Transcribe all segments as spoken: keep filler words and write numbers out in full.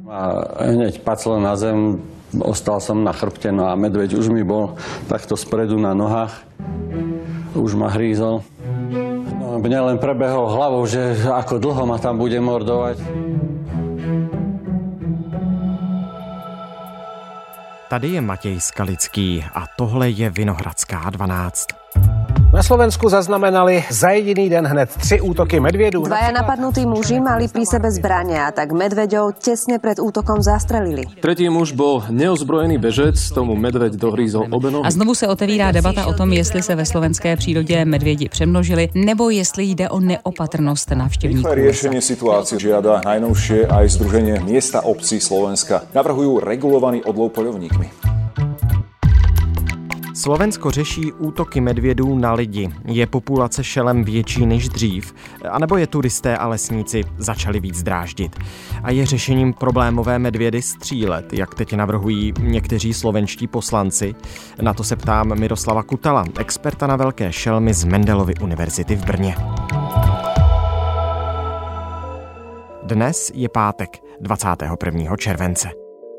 A hneď paclo na zem, ostal som na chrbte, no a medveď už mi bol takto spredu na nohách. Už ma hrízol. No, mne len prebehol hlavou, že ako dlho ma tam bude mordovať. Tady je Matěj Skalický a tohle je Vinohradská dvanáct. Na Slovensku zaznamenali za jediný den hned tři útoky medvědů. Dvaja napadnutí muži mali pri sebe zbrane a tak medveďov tesne pred útokom zastrelili. Tretí muž bol neozbrojený bežec, tomu medveď dohrízol obe nohy. A znovu se otevírá debata o tom, jestli se ve slovenské přírodě medvědi přemnožili, nebo jestli jde o neopatrnost návštěvníků. Rýchle riešenie situácie žiada najnovšie aj Združenie miest a obcí Slovenska. Navrhujú regulovaný odlov poľovníkmi. Slovensko řeší útoky medvědů na lidi. Je populace šelem větší než dřív? A nebo je turisté a lesníci začali víc dráždit? A je řešením problémové medvědy střílet, jak teď navrhují někteří slovenští poslanci? Na to se ptám Miroslava Kutala, experta na velké šelmy z Mendelovy univerzity v Brně. Dnes je pátek, dvacátého prvního července.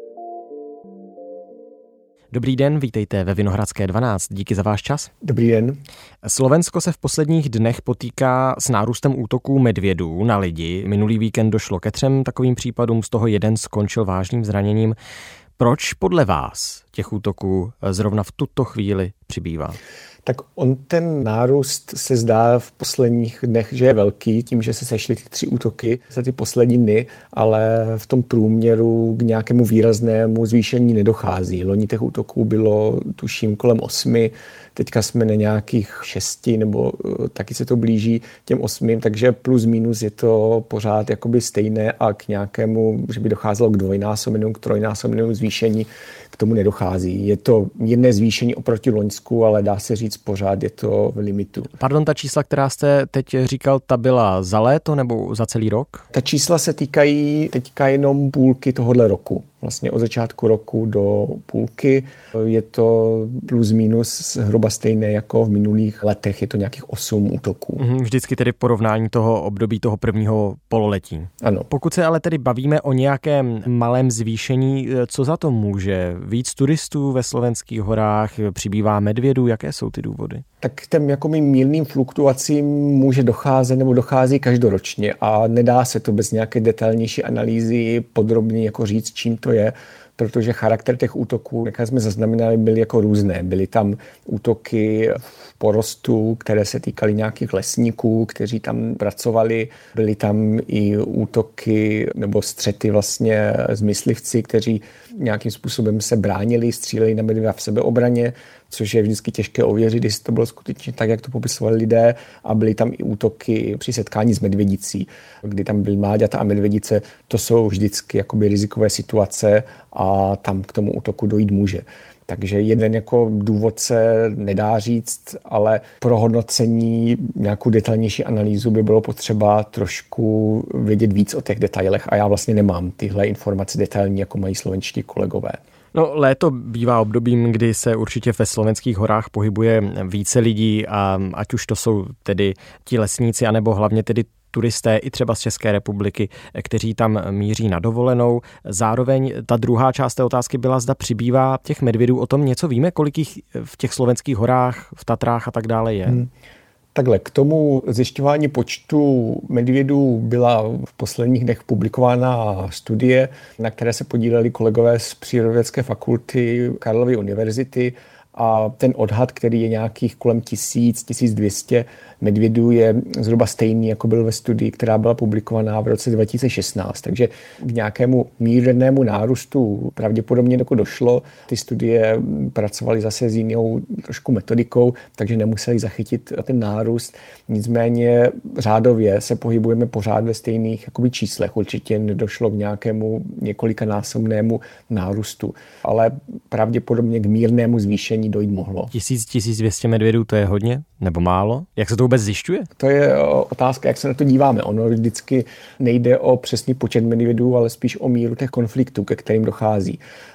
Dobrý den, vítejte ve Vinohradské dvanáct. Díky za váš čas. Dobrý den. Slovensko se v posledních dnech potýká s nárůstem útoků medvědů na lidi. Minulý víkend došlo ke třem takovým případům, z toho jeden skončil vážným zraněním. Proč podle vás těch útoků zrovna v tuto chvíli přibývá? Tak on ten nárůst se zdá v posledních dnech, že je velký, tím, že se sešly ty tři útoky za ty poslední dny, ale v tom průměru k nějakému výraznému zvýšení nedochází. Loni těch útoků bylo, tuším, kolem osmi, teďka jsme na nějakých šesti, nebo taky se to blíží těm osmým, takže plus minus je to pořád jakoby stejné a k nějakému, že by docházelo k dvojnásobnému, k trojnásobnému zvýšení, k tomu nedochází. Je to mírné zvýšení oproti loňsku, ale dá se říct, pořád je to v limitu. Pardon, ta čísla, která jste teď říkal, ta byla za léto nebo za celý rok? Ta čísla se týkají teďka jenom půlky tohohle roku. Vlastně od začátku roku do půlky. Je to plus minus zhruba stejné jako v minulých letech. Je to nějakých osm útoků. Vždycky tedy porovnání toho období toho prvního pololetí. Ano. Pokud se ale tedy bavíme o nějakém malém zvýšení, co za to může? Víc turistů ve slovenských horách, přibývá medvědů, jaké jsou ty důvody? Tak k těm jako mírným fluktuacím může docházet nebo dochází každoročně a nedá se to bez nějaké detailnější analýzy podrobně jako říct, čím to je, protože charakter těch útoků, jak jsme zaznamenali, byly jako různé. Byly tam útoky v porostu, které se týkaly nějakých lesníků, kteří tam pracovali. Byly tam i útoky nebo střety vlastně s myslivci, kteří nějakým způsobem se bránili, stříleli na medvěda v sebeobraně, což je vždycky těžké ověřit, jestli to bylo skutečně tak, jak to popisovali lidé. A byly tam i útoky při setkání s medvědicí, kdy tam byly mláďata a medvědice. To jsou vždycky jakoby rizikové situace a tam k tomu útoku dojít může. Takže jeden jako důvod se nedá říct, ale pro hodnocení nějakou detailnější analýzu by bylo potřeba trošku vědět víc o těch detailech a já vlastně nemám tyhle informace detailní, jako mají slovenští kolegové. No, léto bývá obdobím, kdy se určitě ve slovenských horách pohybuje více lidí a ať už to jsou tedy ti lesníci, anebo hlavně tedy turisté i třeba z České republiky, kteří tam míří na dovolenou. Zároveň ta druhá část té otázky byla, zda přibývá těch medvědů. O tom něco víme, kolik jich v těch slovenských horách, v Tatrách a tak dále je? Hmm. Takhle, k tomu zjišťování počtu medvědů byla v posledních dnech publikována studie, na které se podíleli kolegové z Přírodovědecké fakulty Karlovy univerzity a ten odhad, který je nějakých kolem tisíc, tisíc dvě stě medvědů, je zhruba stejný, jako byl ve studii, která byla publikovaná v roce dva tisíce šestnáct. Takže k nějakému mírnému nárůstu pravděpodobně jako došlo. Ty studie pracovaly zase s jinou trošku metodikou, takže nemuseli zachytit ten nárůst. Nicméně řádově se pohybujeme pořád ve stejných jakoby číslech. Určitě nedošlo k nějakému několikanásobnému nárůstu, ale pravděpodobně k mírnému zvýšení dojít mohlo. Tisíc, tisíc dvě stě medvědů, to je hodně nebo málo? Jak se to vůbec zjišťuje? To je otázka, jak se na to díváme. Ono vždycky nejde o přesný počet medvědů, ale spíš o míru těch konfliktů, ke kterým dochází.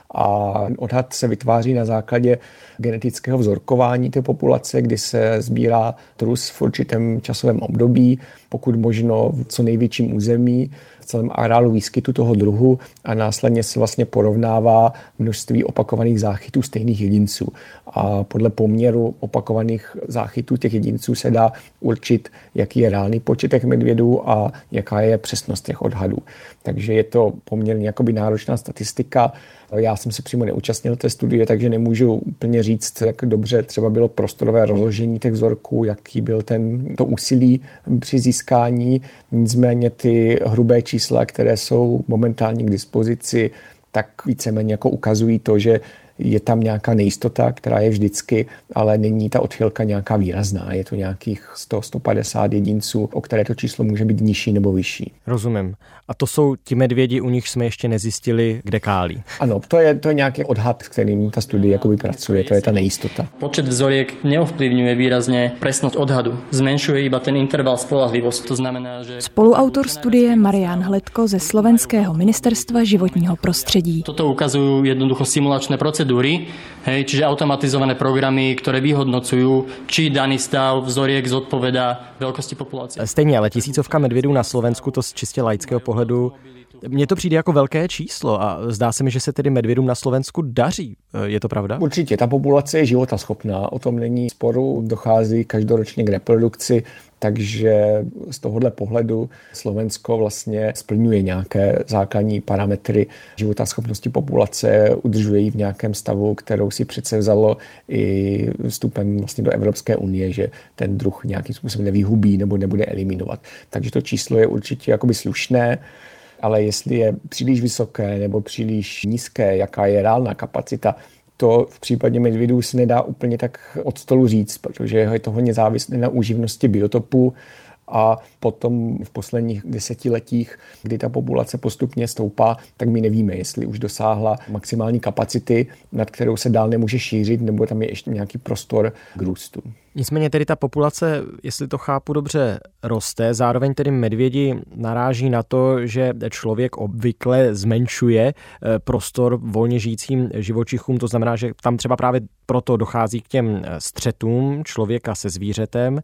A odhad se vytváří na základě genetického vzorkování té populace, kdy se sbírá trus v určitém časovém období, pokud možno v co největším území. v celém areálu výskytu toho druhu a následně se vlastně porovnává množství opakovaných záchytů stejných jedinců. A podle poměru opakovaných záchytů těch jedinců se dá určit, jaký je reálný počet těch medvědů a jaká je přesnost těch odhadů. Takže je to poměrně jakoby náročná statistika. Já jsem se přímo neúčastnil té studie, takže nemůžu úplně říct, jak dobře třeba bylo prostorové rozložení těch vzorků, jaký byl ten, to úsilí při získání. Nicméně ty hrubé čísla, které jsou momentálně k dispozici, tak víceméně jako ukazují to, že je tam nějaká nejistota, která je vždycky, ale není ta odchylka nějaká výrazná. Je to nějakých sto až sto padesát jedinců, o které to číslo může být nižší nebo vyšší. Rozumím. A to jsou ti medvědi, u nich jsme ještě nezjistili, kde kálí. Ano, to je, to je nějaký odhad, kterým ta studie jakoby pracuje, to je ta nejistota. Počet vzoriek neovplyvňuje výrazně presnosť odhadu. Zmenšuje iba ten interval spolahlivosti. To znamená, že Spoluautor studie Marián Hledko ze Slovenského ministerstva životního prostředí. Toto ukazujú jednoducho simulačné procedúry, hej, čiže automatizované programy, ktoré vyhodnocujú, či daný stav vzoriek zodpovedá veľkosti populácie. Stejně, ale tisícovka medvědů na Slovensku, to z čistě laického pohledu, mně to přijde jako velké číslo a zdá se mi, že se tedy medvědům na Slovensku daří. Je to pravda? Určitě, ta populace je životaschopná, o tom není sporu, dochází každoročně k reprodukci, takže z tohohle pohledu Slovensko vlastně splňuje nějaké základní parametry životaschopnosti populace, udržuje ji v nějakém stavu, kterou si přece vzalo i vstupem vlastně do Evropské unie, že ten druh nějakým způsobem nevyhubí nebo nebude eliminovat. Takže to číslo je určitě jakoby slušné, ale jestli je příliš vysoké nebo příliš nízké, jaká je reálná kapacita, to v případě medvědů se nedá úplně tak od stolu říct, protože je to hodně závislé na úživnosti biotopu a potom v posledních desetiletích, kdy ta populace postupně stoupá, tak my nevíme, jestli už dosáhla maximální kapacity, nad kterou se dál nemůže šířit, nebo tam je ještě nějaký prostor k růstu. Nicméně tedy ta populace, jestli to chápu dobře, roste, zároveň tedy medvědi naráží na to, že člověk obvykle zmenšuje prostor volně žijícím živočichům, to znamená, že tam třeba právě proto dochází k těm střetům člověka se zvířetem.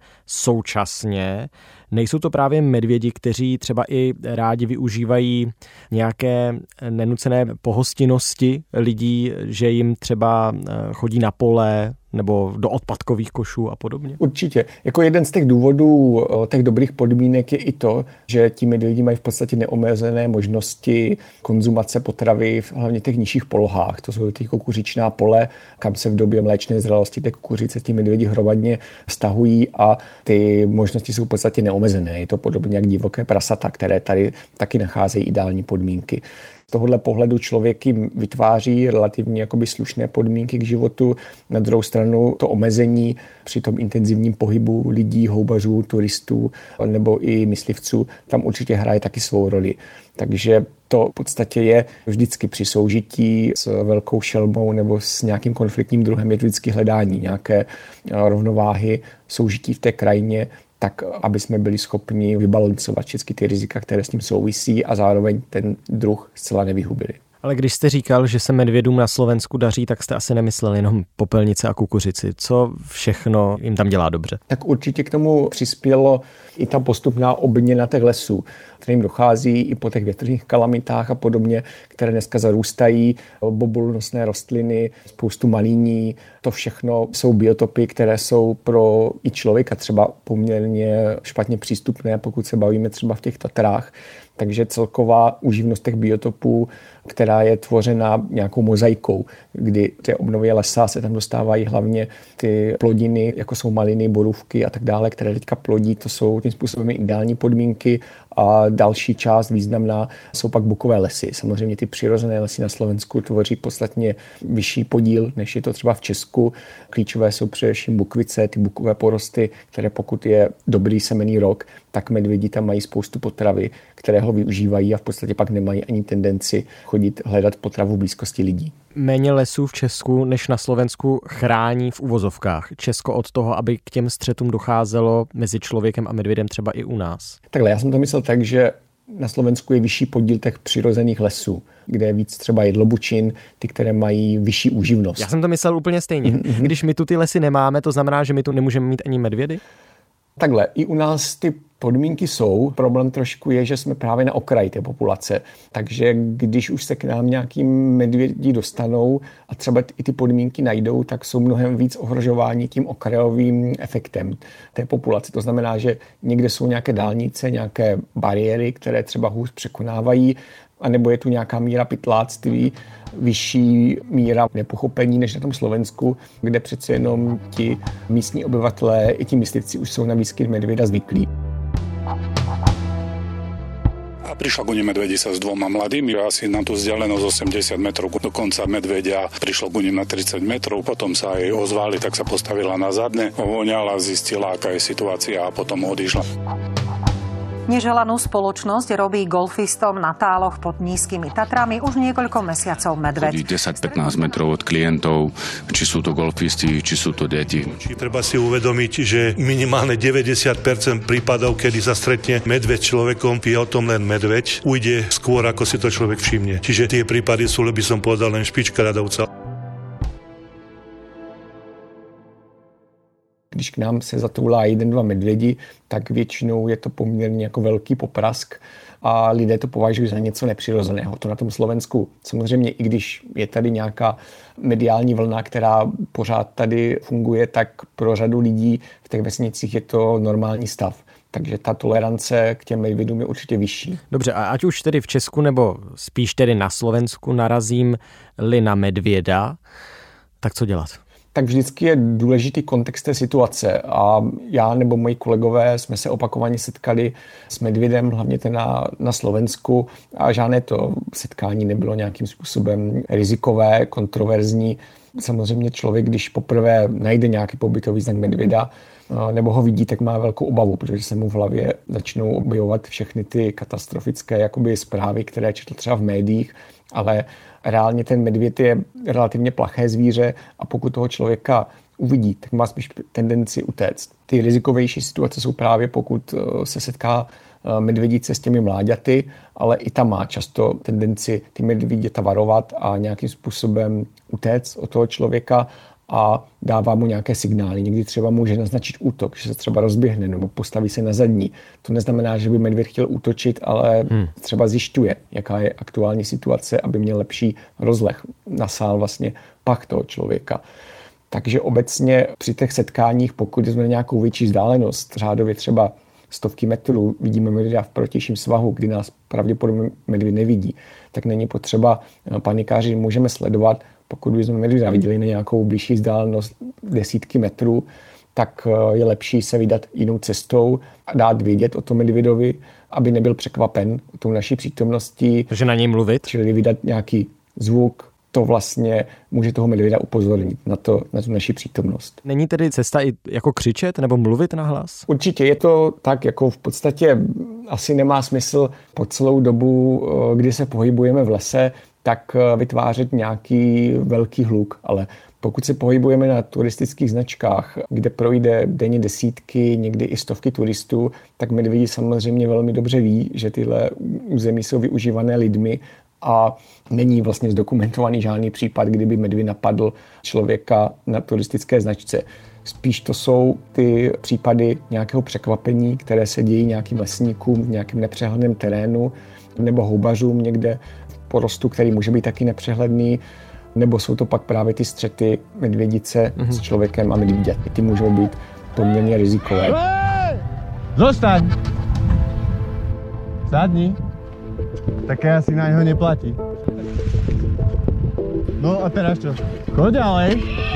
Současně nejsou to právě medvědi, kteří třeba i rádi využívají nějaké nenucené pohostinnosti lidí, že jim třeba chodí na pole nebo do odpadkových košů a podobně? Určitě. Jako jeden z těch důvodů těch dobrých podmínek je i to, že ti medvědi mají v podstatě neomezené možnosti konzumace potravy v hlavně těch nižších polohách. To jsou ty kukuřičná pole, kam se v době mléčné zralosti té kukuřice ti medvědi hromadně stahují a ty možnosti jsou v podstatě neomezené. Je to podobně jak divoké prasata, které tady taky nacházejí ideální podmínky. Z tohohle pohledu člověk jim vytváří relativně jakoby slušné podmínky k životu. Na druhou stranu to omezení při tom intenzivním pohybu lidí, houbařů, turistů nebo i myslivců tam určitě hraje taky svou roli. Takže to v podstatě je vždycky při soužití s velkou šelmou nebo s nějakým konfliktním druhem je vždycky hledání nějaké rovnováhy, soužití v té krajině, tak aby jsme byli schopni vybalancovat všechny ty rizika, které s tím souvisí a zároveň ten druh zcela nevyhubili. Ale když jste říkal, že se medvědům na Slovensku daří, tak jste asi nemyslel jenom popelnice a kukuřici. Co všechno jim tam dělá dobře? Tak určitě k tomu přispělo i ta postupná obměna těch lesů, kterým dochází i po těch větrných kalamitách a podobně, které dneska zarůstají, bobulnosné rostliny, spoustu malíní. To všechno jsou biotopy, které jsou pro i člověka třeba poměrně špatně přístupné, pokud se bavíme třeba v těch Tatrách. Takže celková úživnost těch biotopů, která je tvořena nějakou mozaikou, kdy ty obnovy lesa se tam dostávají hlavně ty plodiny, jako jsou maliny, borůvky a tak dále, které teďka plodí, to jsou tím způsobem ideální podmínky a další část významná jsou pak bukové lesy. Samozřejmě ty přirozené lesy na Slovensku tvoří podstatně vyšší podíl, než je to třeba v Česku. Klíčové jsou především bukvice, ty bukové porosty, které pokud je dobrý semenný rok, tak medvědi tam mají spoustu potravy, které ho využívají a v podstatě pak nemají ani tendenci chodit hledat potravu v blízkosti lidí. Méně lesů v Česku než na Slovensku chrání v uvozovkách Česko od toho, aby k těm střetům docházelo mezi člověkem a medvědem třeba i u nás? Takhle, já jsem to myslel tak, že na Slovensku je vyšší podíl těch přirozených lesů, kde je víc třeba jedlobučin, ty, které mají vyšší úživnost. Já jsem to myslel úplně stejně. Když my tu ty lesy nemáme, to znamená, že my tu nemůžeme mít ani medvědy? Takhle, i u nás ty Podmínky jsou. Problém trošku je, že jsme právě na okraji té populace. Takže když už se k nám nějaký medvědi dostanou a třeba i ty podmínky najdou, tak jsou mnohem víc ohrožováni tím okrajovým efektem té populace. To znamená, že někde jsou nějaké dálnice, nějaké bariéry, které třeba hůř překonávají, anebo je tu nějaká míra pytláctví, vyšší míra nepochopení než na tom Slovensku, kde přece jenom ti místní obyvatelé i ti myslivci už jsou na výskyt medvěda zvyklí. A prišla ku nim medvedica s dvoma mladými, asi na tú vzdialenosť osemdesiat metrov. Dokonca medvedia prišlo ku nim na tridsať metrov, potom sa jej ozvali, tak sa postavila na zadne, ovoňala, zistila, aká je situácia a potom odišla. Neželanú spoločnosť robí golfistom na táloch pod Nízkymi Tatrami už niekoľko mesiacov medveď. Chodí desať pätnásť metrov od klientov, či sú to golfisti, či sú to deti. Treba si uvedomiť, že minimálne deväťdesiat percent prípadov, kedy sa stretne medveď s človekom, je o tom len medveď, ujde skôr, ako si to človek všimne. Čiže tie prípady sú, by som povedal, len špička ľadovca. Když k nám se zatoulá jeden, dva medvědi, tak většinou je to poměrně jako velký poprask a lidé to považují za něco nepřirozeného. To na tom Slovensku samozřejmě, i když je tady nějaká mediální vlna, která pořád tady funguje, tak pro řadu lidí v těch vesnicích je to normální stav. Takže ta tolerance k těm medvědům je určitě vyšší. Dobře, a ať už tedy v Česku nebo spíš tedy na Slovensku narazím-li na medvěda, tak co dělat? Tak vždycky je důležitý kontext té situace a já nebo moji kolegové jsme se opakovaně setkali s medvědem, hlavně ten na, na Slovensku a žádné to setkání nebylo nějakým způsobem rizikové, kontroverzní. Samozřejmě člověk, když poprvé najde nějaký pobytový znak medvěda nebo ho vidí, tak má velkou obavu, protože se mu v hlavě začnou objevovat všechny ty katastrofické jakoby zprávy, které četl třeba v médiích, ale reálně ten medvěd je relativně plaché zvíře a pokud toho člověka uvidí, tak má spíš tendenci utéct. Ty rizikovější situace jsou právě, pokud se setká medvědice s těmi mláďaty, ale i tam má často tendenci ty medvěděta varovat a nějakým způsobem utéct od toho člověka a dává mu nějaké signály. Někdy třeba může naznačit útok, že se třeba rozběhne nebo postaví se na zadní. To neznamená, že by medvěd chtěl útočit, ale hmm. třeba zjišťuje, jaká je aktuální situace, aby měl lepší rozleh. Nasál vlastně pach toho člověka. Takže obecně při těch setkáních, pokud jsme na nějakou větší vzdálenost, řádově třeba stovky metrů, vidíme medvěda v protějším svahu, kdy nás pravděpodobně medvěd nevidí, tak není potřeba panikáři, můžeme sledovat. Pokud bychom medvěda viděli na nějakou blížší vzdálenost desítky metrů, tak je lepší se vydat jinou cestou a dát vědět o tom medvědovi, aby nebyl překvapen tou naší přítomností. Takže na něj mluvit? Čili vydat nějaký zvuk, to vlastně může toho medvěda upozornit na, to, na tu naši přítomnost. Není tedy cesta i jako křičet nebo mluvit nahlas? Určitě je to tak, jako v podstatě asi nemá smysl po celou dobu, kdy se pohybujeme v lese, tak vytvářet nějaký velký hluk, ale pokud se pohybujeme na turistických značkách, kde projde denně desítky, někdy i stovky turistů, tak medvědi samozřejmě velmi dobře ví, že tyhle území jsou využívané lidmi a není vlastně zdokumentovaný žádný případ, kdyby medvěd napadl člověka na turistické značce. Spíš to jsou ty případy nějakého překvapení, které se dějí nějakým lesníkům v nějakém nepřehledném terénu nebo houbařům někde v porostu, který může být taky nepřehledný, nebo jsou to pak právě ty střety medvědice mm-hmm. s člověkem a medvědět. Ty můžou být poměrně rizikové. Hey! Zostaň! Sadni. Také asi na něho neplatí. No a teraz čo? Choď ďalej.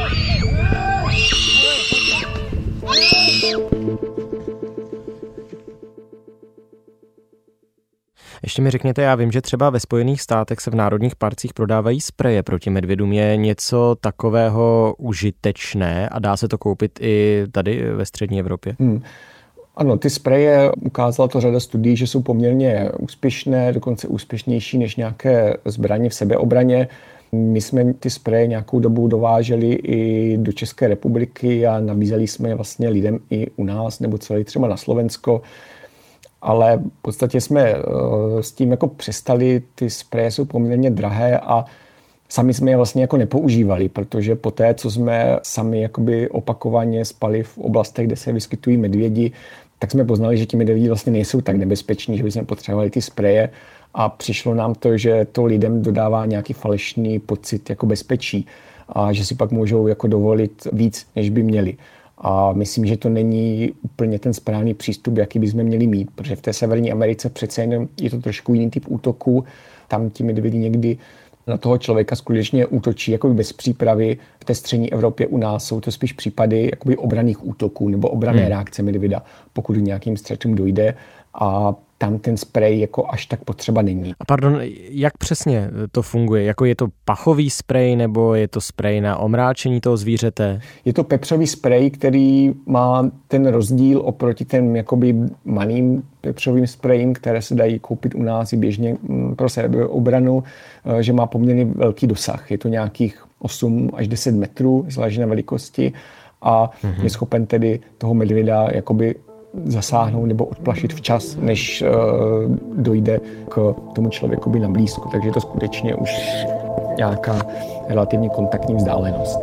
Ještě mi řekněte, já vím, že třeba ve Spojených státech se v národních parcích prodávají spreje proti medvědům. Je něco takového užitečné a dá se to koupit i tady ve střední Evropě? Hmm. Ano, ty spreje, ukázala to řada studií, že jsou poměrně úspěšné, dokonce úspěšnější než nějaké zbraně v sebeobraně. My jsme ty spreje nějakou dobu dováželi i do České republiky a nabízeli jsme je vlastně lidem i u nás, nebo celý třeba na Slovensko. Ale v podstatě jsme s tím jako přestali, ty spreje jsou poměrně drahé a sami jsme je vlastně jako nepoužívali, protože po té, co jsme sami jakoby opakovaně spali v oblastech, kde se vyskytují medvědi, tak jsme poznali, že ti medvědi vlastně nejsou tak nebezpeční, že bychom potřebovali ty spreje a přišlo nám to, že to lidem dodává nějaký falešný pocit jako bezpečí a že si pak můžou jako dovolit víc, než by měli. A myslím, že to není úplně ten správný přístup, jaký bychom měli mít, protože v té Severní Americe přece jen je to trošku jiný typ útoku. Tam ti medvědi někdy na toho člověka skutečně útočí jakoby bez přípravy. V té střední Evropě u nás jsou to spíš případy jakoby obranných útoků nebo obranné hmm. reakce medvěda, pokud k nějakým střetům dojde. A tam ten sprej jako až tak potřeba není. A pardon, jak přesně to funguje? Jako je to pachový sprej nebo je to sprej na omráčení toho zvířete? Je to pepřový sprej, který má ten rozdíl oproti těm jakoby malým pepřovým sprejím, které se dají koupit u nás i běžně pro sebeobranu, že má poměrně velký dosah. Je to nějakých osm až deset metrů, záleží na velikosti a mm-hmm. je schopen tedy toho medvěda jakoby zasáhnout nebo odplašit včas, než uh, dojde k tomu člověkovi na blízko. Takže je to skutečně už nějaká relativně kontaktní vzdálenost.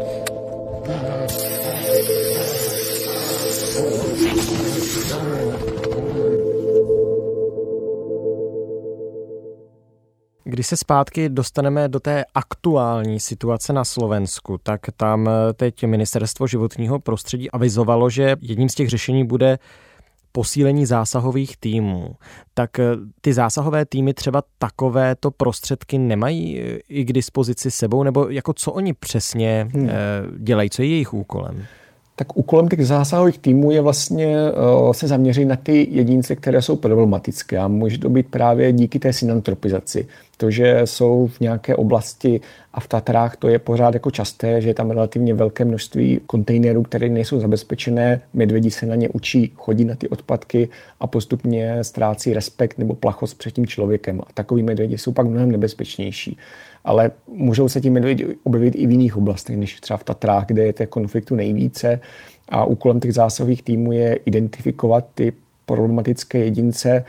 Když se zpátky dostaneme do té aktuální situace na Slovensku, tak tam teď Ministerstvo životního prostředí avizovalo, že jedním z těch řešení bude posílení zásahových týmů. Tak ty zásahové týmy třeba takovéto prostředky nemají i k dispozici sebou, nebo jako co oni přesně hmm. dělají, co je jejich úkolem? Tak úkolem těch zásahových týmů je vlastně uh, se zaměřit na ty jedince, které jsou problematické a může to být právě díky té synantropizaci. To, že jsou v nějaké oblasti a v Tatrách to je pořád jako časté, že je tam relativně velké množství kontejnerů, které nejsou zabezpečené, medvědi se na ně učí chodit na ty odpadky a postupně ztrácí respekt nebo plachost před tím člověkem. A takový medvědi jsou pak mnohem nebezpečnější. Ale můžou se ti medvědi objevit i v jiných oblastech, než třeba v Tatrách, kde je těch konfliktů nejvíce. A úkolem těch zásahových týmů je identifikovat ty problematické jedince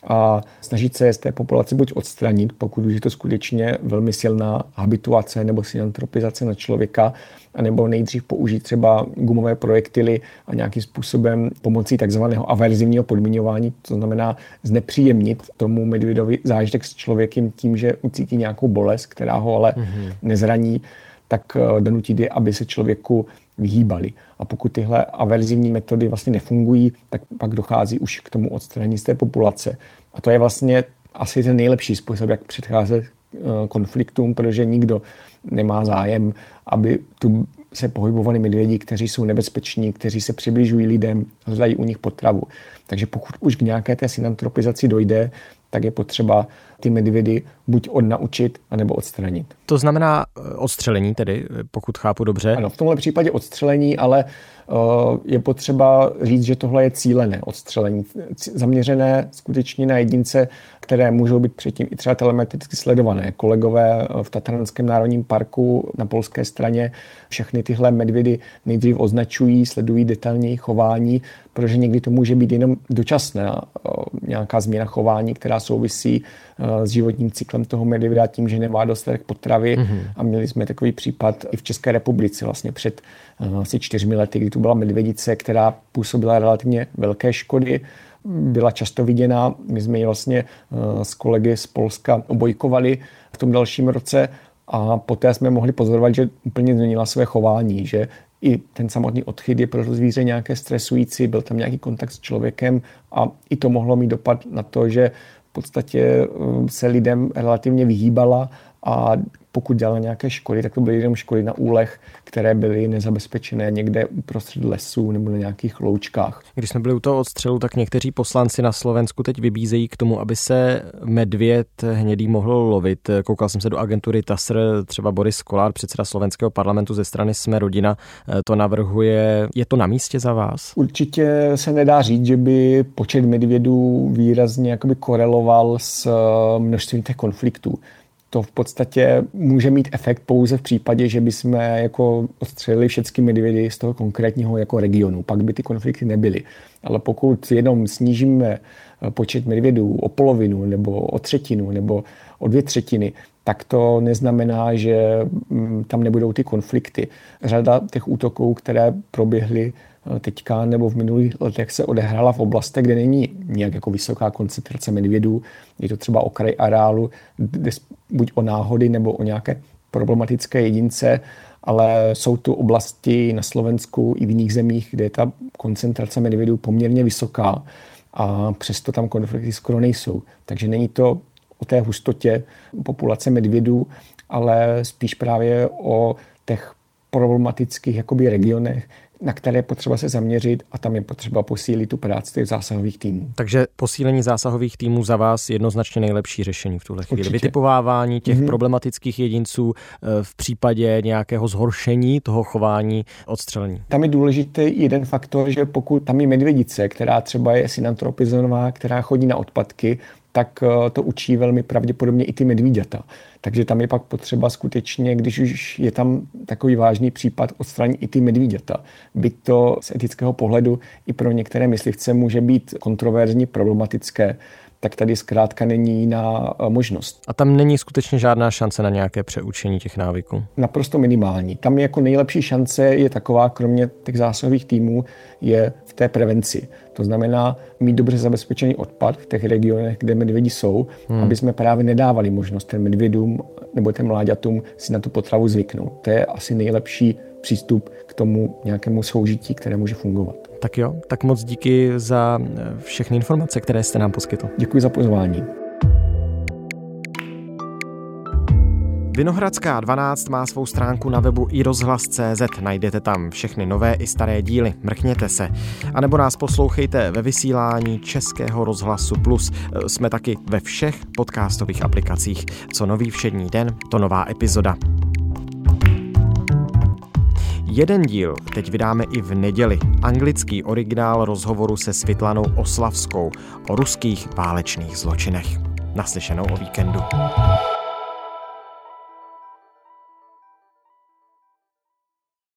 a snažit se z té populace buď odstranit, pokud už je to skutečně velmi silná habituace nebo synantropizace na člověka, anebo nejdřív použít třeba gumové projektily a nějakým způsobem pomocí takzvaného averzivního podmiňování, to znamená znepříjemnit tomu medvědovi zážitek s člověkem tím, že ucítí nějakou bolest, která ho ale mm-hmm. nezraní, tak donutit je, aby se člověku vyhýbali. A pokud tyhle averzivní metody vlastně nefungují, tak pak dochází už k tomu odstranění z té populace. A to je vlastně asi ten nejlepší způsob, jak předcházet konfliktům, protože nikdo nemá zájem, aby tu se pohybovali medvědi, kteří jsou nebezpeční, kteří se přibližují lidem, hledají u nich potravu. Takže pokud už k nějaké té synantropizaci dojde, tak je potřeba ty medvědy buď odnaučit, anebo odstranit. To znamená odstřelení tedy, pokud chápu dobře? Ano, v tomhle případě odstřelení, ale uh, je potřeba říct, že tohle je cílené odstřelení. Zaměřené skutečně na jedince, které můžou být předtím i třeba telemetricky sledované. Kolegové v Tatranském národním parku na polské straně všechny tyhle medvědy nejdřív označují, sledují detailněji chování, protože někdy to může být jenom dočasná nějaká změna chování, která souvisí s životním cyklem toho medvěda tím, že nemá dostatek potravy. Mm-hmm. A měli jsme takový případ i v České republice vlastně před asi čtyřmi lety, kdy tu byla medvědice, která působila relativně velké škody. Byla často viděná. My jsme ji vlastně s kolegy z Polska obojkovali v tom dalším roce a poté jsme mohli pozorovat, že úplně změnila své chování, že i ten samotný odchyt je pro to zvíře nějaké stresující, byl tam nějaký kontakt s člověkem a i to mohlo mít dopad na to, že v podstatě se lidem relativně vyhýbala a pokud dělala nějaké škody, tak to byly jenom škody na úlech, které byly nezabezpečené někde uprostřed lesů nebo na nějakých loučkách. Když jsme byli u toho odstřelu, tak někteří poslanci na Slovensku teď vybízejí k tomu, aby se medvěd hnědý mohl lovit. Koukal jsem se do agentury T A S R, třeba Boris Kolár, předseda slovenského parlamentu ze strany Jsme rodina, to navrhuje. Je to na místě za vás? Určitě se nedá říct, že by počet medvědů výrazně jakoby koreloval s množstvím těch konfliktů. To v podstatě může mít efekt pouze v případě, že bychom jako odstřelili všechny medvědy z toho konkrétního jako regionu. Pak by ty konflikty nebyly. Ale pokud jenom snížíme počet medvědů o polovinu nebo o třetinu nebo o dvě třetiny, tak to neznamená, že tam nebudou ty konflikty. Řada těch útoků, které proběhly teďka nebo v minulých letech se odehrála v oblastech, kde není nějak jako vysoká koncentrace medvědů. Je to třeba okraj areálu, kde buď o náhody nebo o nějaké problematické jedince, ale jsou tu oblasti na Slovensku i v jiných zemích, kde je ta koncentrace medvědů poměrně vysoká a přesto tam konflikty skoro nejsou. Takže není to o té hustotě populace medvědů, ale spíš právě o těch problematických jakoby regionech, na které je potřeba se zaměřit a tam je potřeba posílit tu práci těch zásahových týmů. Takže posílení zásahových týmů za vás jednoznačně nejlepší řešení v tuhle chvíli. Určitě. Vytipovávání těch mm-hmm. problematických jedinců v případě nějakého zhoršení toho chování odstřelení. Tam je důležitý jeden faktor, že pokud tam je medvědice, která třeba je synantropizovaná, která chodí na odpadky, tak to učí velmi pravděpodobně i ty medvíďata. Takže tam je pak potřeba skutečně, když už je tam takový vážný případ, odstranit i ty medvíďata. Byť to z etického pohledu i pro některé myslivce může být kontroverzní, problematické, tak tady zkrátka není jiná možnost. A tam není skutečně žádná šance na nějaké přeučení těch návyků? Naprosto minimální. Tam je jako nejlepší šance je taková, kromě těch zásahových týmů, je v té prevenci. To znamená mít dobře zabezpečený odpad v těch regionech, kde medvědi jsou, hmm. aby jsme právě nedávali možnost těm medvědům nebo těm mláďatům si na tu potravu zvyknout. To je asi nejlepší přístup k tomu nějakému soužití, které může fungovat. Tak jo, tak moc díky za všechny informace, které jste nám poskytl. Děkuji za pozvání. Vinohradská dvanáct má svou stránku na webu i rozhlas tečka cé zet. Najdete tam všechny nové i staré díly. Mrkněte se. A nebo nás poslouchejte ve vysílání Českého rozhlasu Plus. Jsme taky ve všech podcastových aplikacích. Co nový všední den, to nová epizoda. Jeden díl teď vydáme i v neděli. Anglický originál rozhovoru se Světlanou Oslavskou o ruských válečných zločinech. Naslyšenou o víkendu.